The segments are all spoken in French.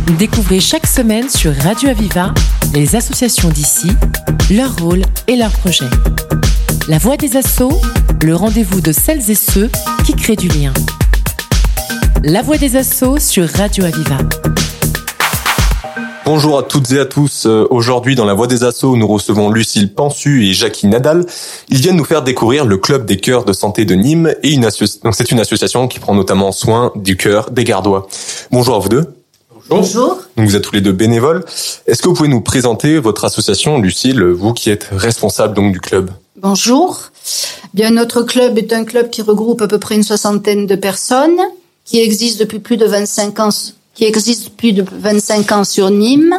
Découvrez chaque semaine sur Radio Aviva les associations d'ici, leur rôle et leurs projets. La Voix des Assos, le rendez-vous de celles et ceux qui créent du lien. La Voix des Assos sur Radio Aviva. Bonjour à toutes et à tous. Aujourd'hui, dans La Voix des Assos, nous recevons Lucille Pensu et Jackie Nadal. Ils viennent nous faire découvrir le Club des Cœurs de Santé de Nîmes et donc c'est une association qui prend notamment soin du cœur des Gardois. Bonjour à vous deux. Bonjour. Donc vous êtes tous les deux bénévoles. Est-ce que vous pouvez nous présenter votre association, Lucille, vous qui êtes responsable donc du club? Bonjour. Bien, notre club est un club qui regroupe à peu près une soixantaine de personnes, qui existe depuis plus de 25 ans sur Nîmes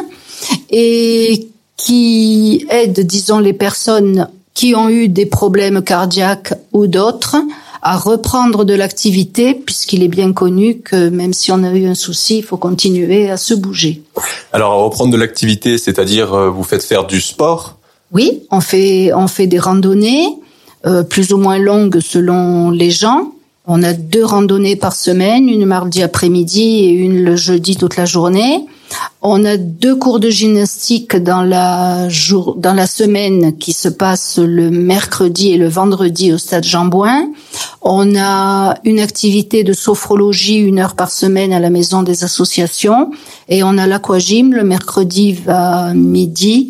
et qui aide, disons, les personnes qui ont eu des problèmes cardiaques ou d'autres à reprendre de l'activité, puisqu'il est bien connu que même si on a eu un souci, il faut continuer à se bouger. Alors, à reprendre de l'activité, c'est-à-dire vous faites faire du sport? Oui, on fait des randonnées, plus ou moins longues selon les gens. On a 2 randonnées par semaine, une mardi après-midi et une le jeudi toute la journée. On a 2 cours de gymnastique dans la semaine qui se passent le mercredi et le vendredi au stade Jean-Bouin. On a une activité de sophrologie 1 heure par semaine à la maison des associations et on a l'aquagym le mercredi vers midi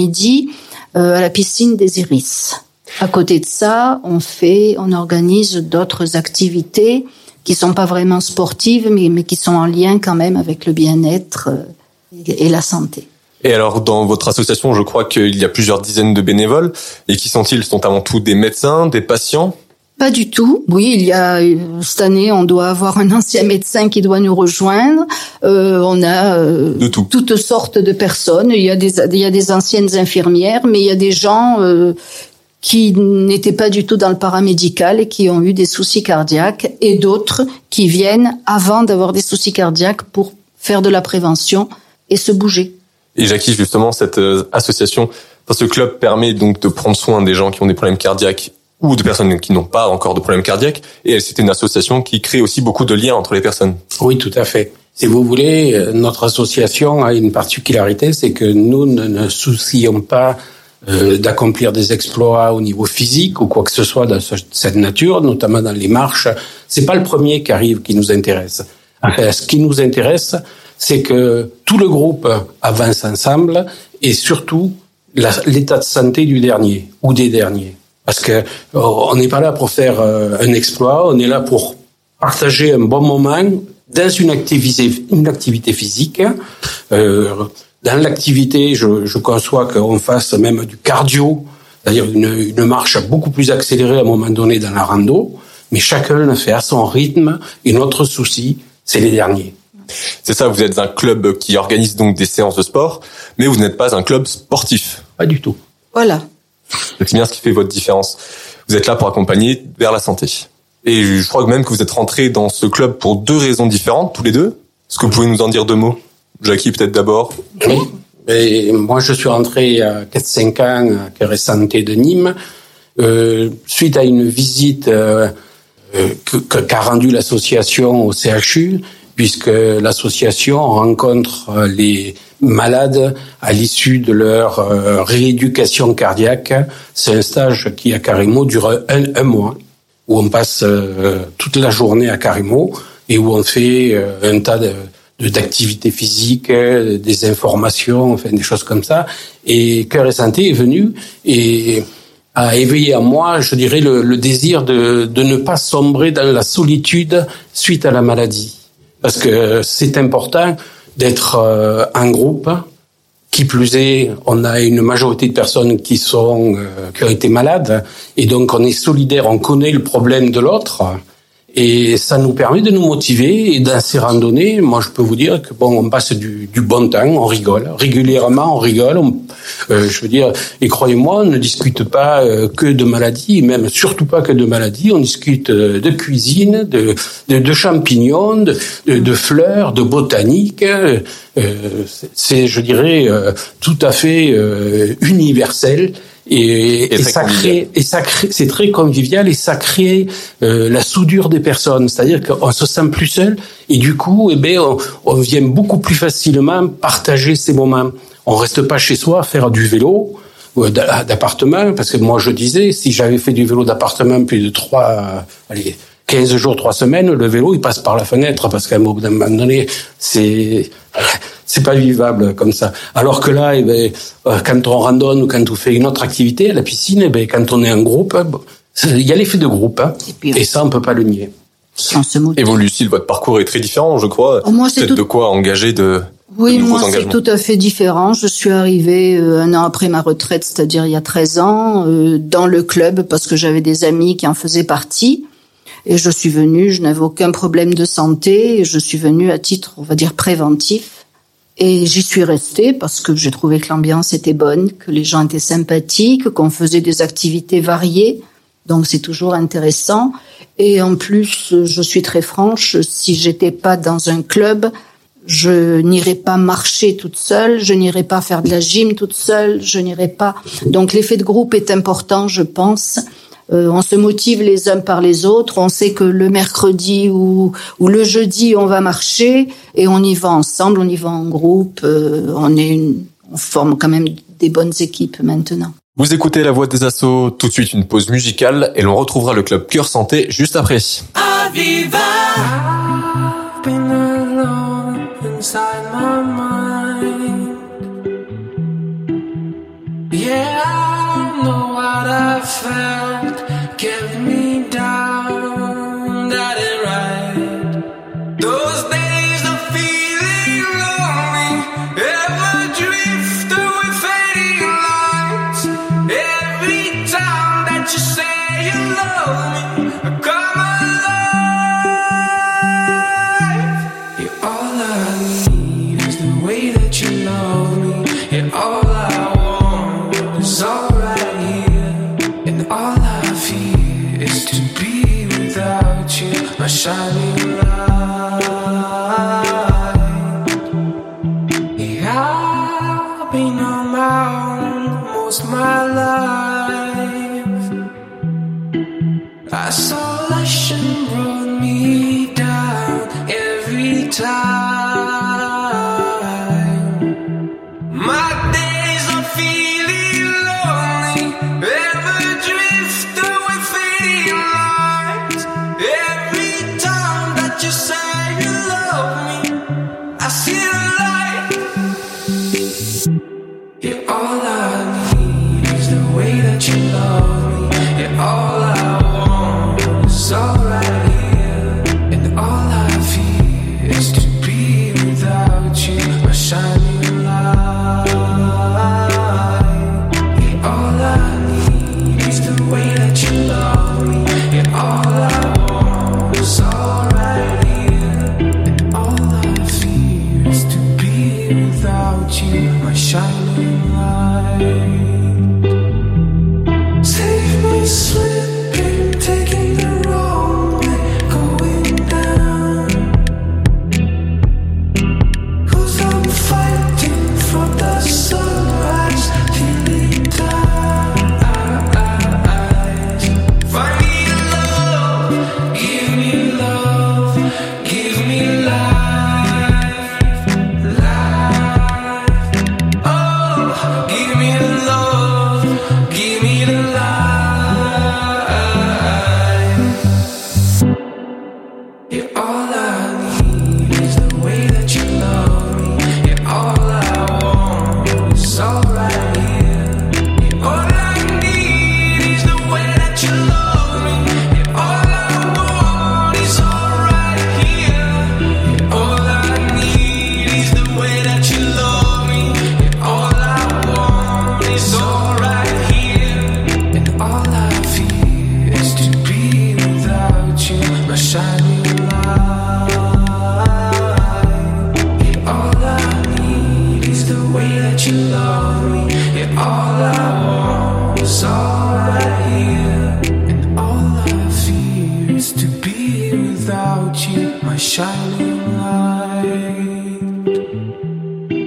à la piscine des Iris. À côté de ça, on organise d'autres activités qui sont pas vraiment sportives, mais qui sont en lien quand même avec le bien-être et la santé. Et alors, dans votre association, je crois qu'il y a plusieurs dizaines de bénévoles. Et qui sont-ils? Sont avant tout des médecins, des patients? Pas du tout. Oui, cette année, on doit avoir un ancien médecin qui doit nous rejoindre. On a de tout. Toutes sortes de personnes. Il y a des anciennes infirmières, mais il y a des gens qui n'étaient pas du tout dans le paramédical et qui ont eu des soucis cardiaques, et d'autres qui viennent avant d'avoir des soucis cardiaques pour faire de la prévention et se bouger. Et Jackie, justement, cette association, ce club permet donc de prendre soin des gens qui ont des problèmes cardiaques ou de personnes qui n'ont pas encore de problèmes cardiaques, et c'est une association qui crée aussi beaucoup de liens entre les personnes. Oui, tout à fait. Si vous voulez, notre association a une particularité, c'est que nous ne soucions pas d'accomplir des exploits au niveau physique ou quoi que ce soit de cette nature, notamment dans les marches. C'est pas le premier qui arrive qui nous intéresse. Ce qui nous intéresse, c'est que tout le groupe avance ensemble et surtout l'état de santé du dernier ou des derniers. Parce que on n'est pas là pour faire un exploit, on est là pour partager un bon moment dans une activité physique. Dans l'activité, je conçois qu'on fasse même du cardio, c'est-à-dire une marche beaucoup plus accélérée à un moment donné dans la rando, mais chacun le fait à son rythme, et notre souci, c'est les derniers. C'est ça, vous êtes un club qui organise donc des séances de sport, mais vous n'êtes pas un club sportif. Pas du tout. Voilà. C'est bien ce qui fait votre différence. Vous êtes là pour accompagner vers la santé. Et je crois même que vous êtes rentrés dans ce club pour 2 raisons différentes, tous les deux. Est-ce que vous pouvez nous en dire 2 mots? Jackie, peut-être d'abord. Oui. Et moi, je suis rentré il y a 4-5 ans à Cœur et Santé de Nîmes, suite à une visite qu'a rendue l'association au CHU, puisque l'association rencontre les malades à l'issue de leur rééducation cardiaque. C'est un stage qui, à Carimo, dure un mois, où on passe toute la journée à Carimo et où on fait un tas d'activités physiques, des informations, enfin des choses comme ça. Et Cœur et Santé est venu et a éveillé en moi, je dirais, le désir de ne pas sombrer dans la solitude suite à la maladie. Parce que c'est important d'être en groupe. Qui plus est, on a une majorité de personnes qui ont été malades, et donc on est solidaire, on connaît le problème de l'autre. Et ça nous permet de nous motiver. Et dans ces randonnées, moi, je peux vous dire que on passe du bon temps, on rigole. Régulièrement, on rigole. Je veux dire, et croyez-moi, on ne discute pas que de maladies, même surtout pas que de maladies. On discute de cuisine, de champignons, de fleurs, de botanique. C'est, je dirais, tout à fait universel. Et ça crée, c'est très convivial et ça crée la soudure des personnes. C'est-à-dire qu'on se sent plus seul et du coup, on vient beaucoup plus facilement partager ces moments. On reste pas chez soi à faire du vélo d'appartement, parce que moi je disais, si j'avais fait du vélo d'appartement plus de 15 jours, 3 semaines, le vélo il passe par la fenêtre, parce qu'à un moment donné, c'est pas vivable comme ça. Alors que là, quand on randonne ou quand on fait une autre activité à la piscine, quand on est en groupe, il y a l'effet de groupe, hein, et ça on peut pas le nier. Et vous, Lucille, votre parcours est très différent, je crois. Moi, c'est de quoi engager Oui, moi, c'est tout à fait différent. Je suis arrivée 1 an après ma retraite, c'est-à-dire il y a 13 ans, dans le club, parce que j'avais des amis qui en faisaient partie. Et je suis venue, je n'avais aucun problème de santé, et je suis venue à titre, on va dire, préventif. Et j'y suis restée parce que j'ai trouvé que l'ambiance était bonne, que les gens étaient sympathiques, qu'on faisait des activités variées. Donc c'est toujours intéressant. Et en plus, je suis très franche, si j'étais pas dans un club, je n'irais pas marcher toute seule, je n'irais pas faire de la gym toute seule, je n'irais pas. Donc l'effet de groupe est important, je pense. On se motive les uns par les autres. On sait que le mercredi ou le jeudi, on va marcher et on y va ensemble, on y va en groupe. On forme quand même des bonnes équipes maintenant. Vous écoutez La Voix des Assos, tout de suite une pause musicale et l'on retrouvera le club Cœur Santé juste après. Aviva. I've been alone inside my mind. Yeah, I know what I felt, kept me down, that ain't right. Those days of feeling lonely, ever drift with fading lights. Every time that you say you love me, I come alive. You're all I need is the way that you love me. You're all I want is all right here. And all I feel is to be without you, my shining light. Yeah, I've been on my own most my life. Isolation brought me down every time. My days are feeling lonely, ever drift with fading lights. Every time that you say you love me, I see the light. You're all I need is the way that you love me. You're all I want is all right here. And all I feel is to be without you, my shining light. You're all I need is the way that you love me. You're all I want is all right here. And all I feel is to be without you, my shining light. Save me slipping, taking the wrong way, going down. 'Cause I'm fighting from the sunrise till it dies. Find me love, give me love, give me life, life. Oh.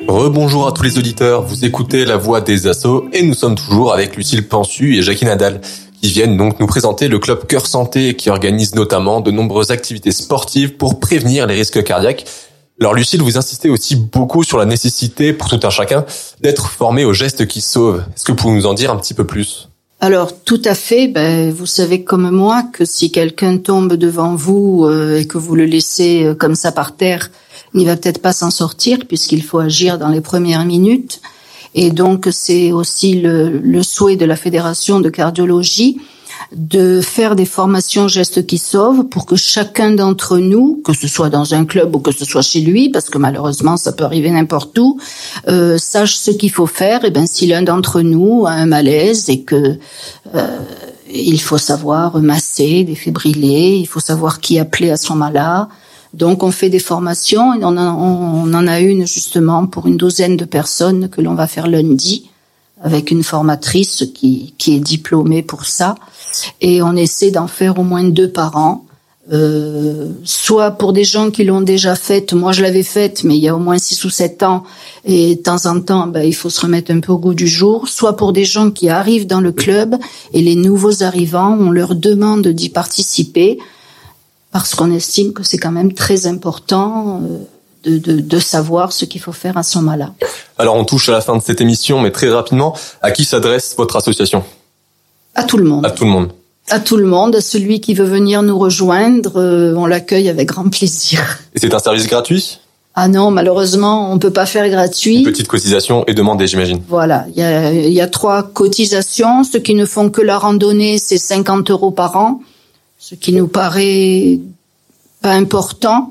Rebonjour à tous les auditeurs, vous écoutez La Voix des Assos et nous sommes toujours avec Lucille Pensu et Jackie Nadal qui viennent donc nous présenter le club Cœur Santé qui organise notamment de nombreuses activités sportives pour prévenir les risques cardiaques. Alors Lucille, vous insistez aussi beaucoup sur la nécessité pour tout un chacun d'être formé aux gestes qui sauvent. Est-ce que vous pouvez nous en dire un petit peu plus ? Alors tout à fait, vous savez comme moi que si quelqu'un tombe devant vous et que vous le laissez comme ça par terre, il va peut-être pas s'en sortir puisqu'il faut agir dans les premières minutes. Et donc c'est aussi le souhait de la Fédération de cardiologie de faire des formations gestes qui sauvent pour que chacun d'entre nous, que ce soit dans un club ou que ce soit chez lui, parce que malheureusement ça peut arriver n'importe où, sache ce qu'il faut faire. Et si l'un d'entre nous a un malaise et que il faut savoir masser, défibriller, il faut savoir qui appeler à ce moment-là. Donc on fait des formations et on en a une justement pour une douzaine de personnes que l'on va faire lundi avec une formatrice qui est diplômée pour ça, et on essaie d'en faire au moins 2 par an, soit pour des gens qui l'ont déjà faite, moi je l'avais faite mais il y a au moins 6 ou 7 ans et de temps en temps il faut se remettre un peu au goût du jour, soit pour des gens qui arrivent dans le club et les nouveaux arrivants, on leur demande d'y participer parce qu'on estime que c'est quand même très important de savoir ce qu'il faut faire à ce moment-là. Alors on touche à la fin de cette émission, mais très rapidement, à qui s'adresse votre association ? À tout le monde. À tout le monde. À tout le monde, à celui qui veut venir nous rejoindre, on l'accueille avec grand plaisir. Et c'est un service gratuit ? Ah non, malheureusement, on peut pas faire gratuit. Une petite cotisation est demandée, j'imagine. Voilà, il y a 3 cotisations. Ceux qui ne font que la randonnée, c'est 50 € par an, ce qui nous paraît pas important.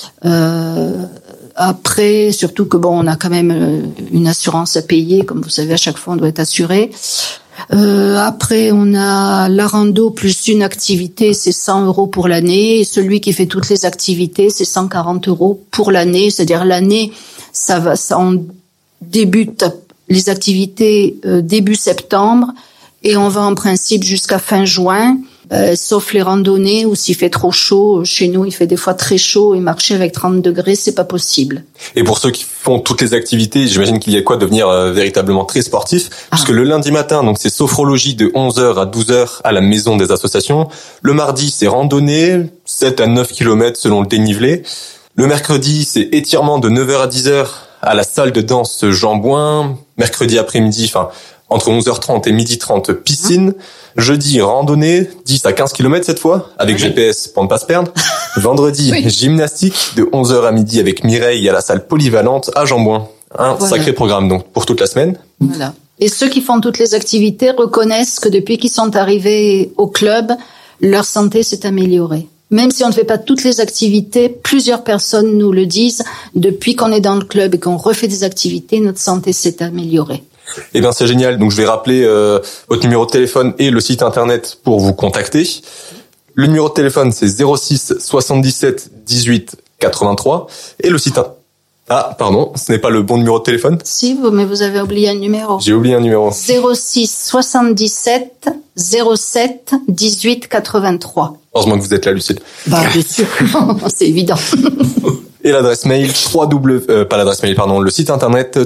Après, surtout que on a quand même une assurance à payer, comme vous savez, à chaque fois on doit être assuré. Après, on a la rando plus une activité, c'est 100 € pour l'année. Et celui qui fait toutes les activités, c'est 140 € pour l'année. C'est-à-dire l'année, on débute les activités début septembre et on va en principe jusqu'à fin juin. Sauf les randonnées où s'il fait trop chaud, chez nous il fait des fois très chaud et marcher avec 30 degrés c'est pas possible. Et pour ceux qui font toutes les activités, j'imagine qu'il y a quoi devenir véritablement très sportif, puisque le lundi matin donc c'est sophrologie de 11h à 12h à la maison des associations, le mardi c'est randonnée 7 à 9 km selon le dénivelé, le mercredi c'est étirement de 9h à 10h à la salle de danse Jean Bouin, mercredi après-midi, entre 11h30 et 12h30, piscine. Jeudi, randonnée, 10 à 15 km cette fois, avec GPS pour ne pas se perdre. Vendredi, gymnastique, de 11h à midi avec Mireille à la salle polyvalente à Jambouin. Sacré programme donc pour toute la semaine. Voilà. Et ceux qui font toutes les activités reconnaissent que depuis qu'ils sont arrivés au club, leur santé s'est améliorée. Même si on ne fait pas toutes les activités, plusieurs personnes nous le disent, depuis qu'on est dans le club et qu'on refait des activités, notre santé s'est améliorée. Eh bien, c'est génial. Donc, je vais rappeler votre numéro de téléphone et le site internet pour vous contacter. Le numéro de téléphone, c'est 06 77 18 83. Et le site... Ah, pardon, ce n'est pas le bon numéro de téléphone ? Si, mais vous avez oublié un numéro. J'ai oublié un numéro. 06 77 07 18 83. Heureusement que vous êtes là, Lucille. Bien sûr, c'est évident. Et l'adresse mail, le site internet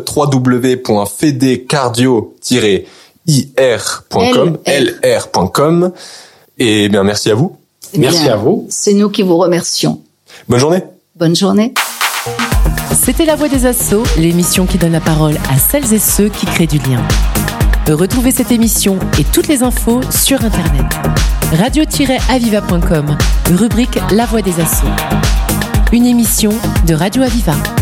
www.fedecardio-ir.com. Et bien, merci à vous. Merci à vous. C'est nous qui vous remercions. Bonne journée. Bonne journée. C'était La Voix des Assos, l'émission qui donne la parole à celles et ceux qui créent du lien. Retrouvez cette émission et toutes les infos sur Internet. radio-aviva.com, rubrique La Voix des Assos. Une émission de Radio Aviva.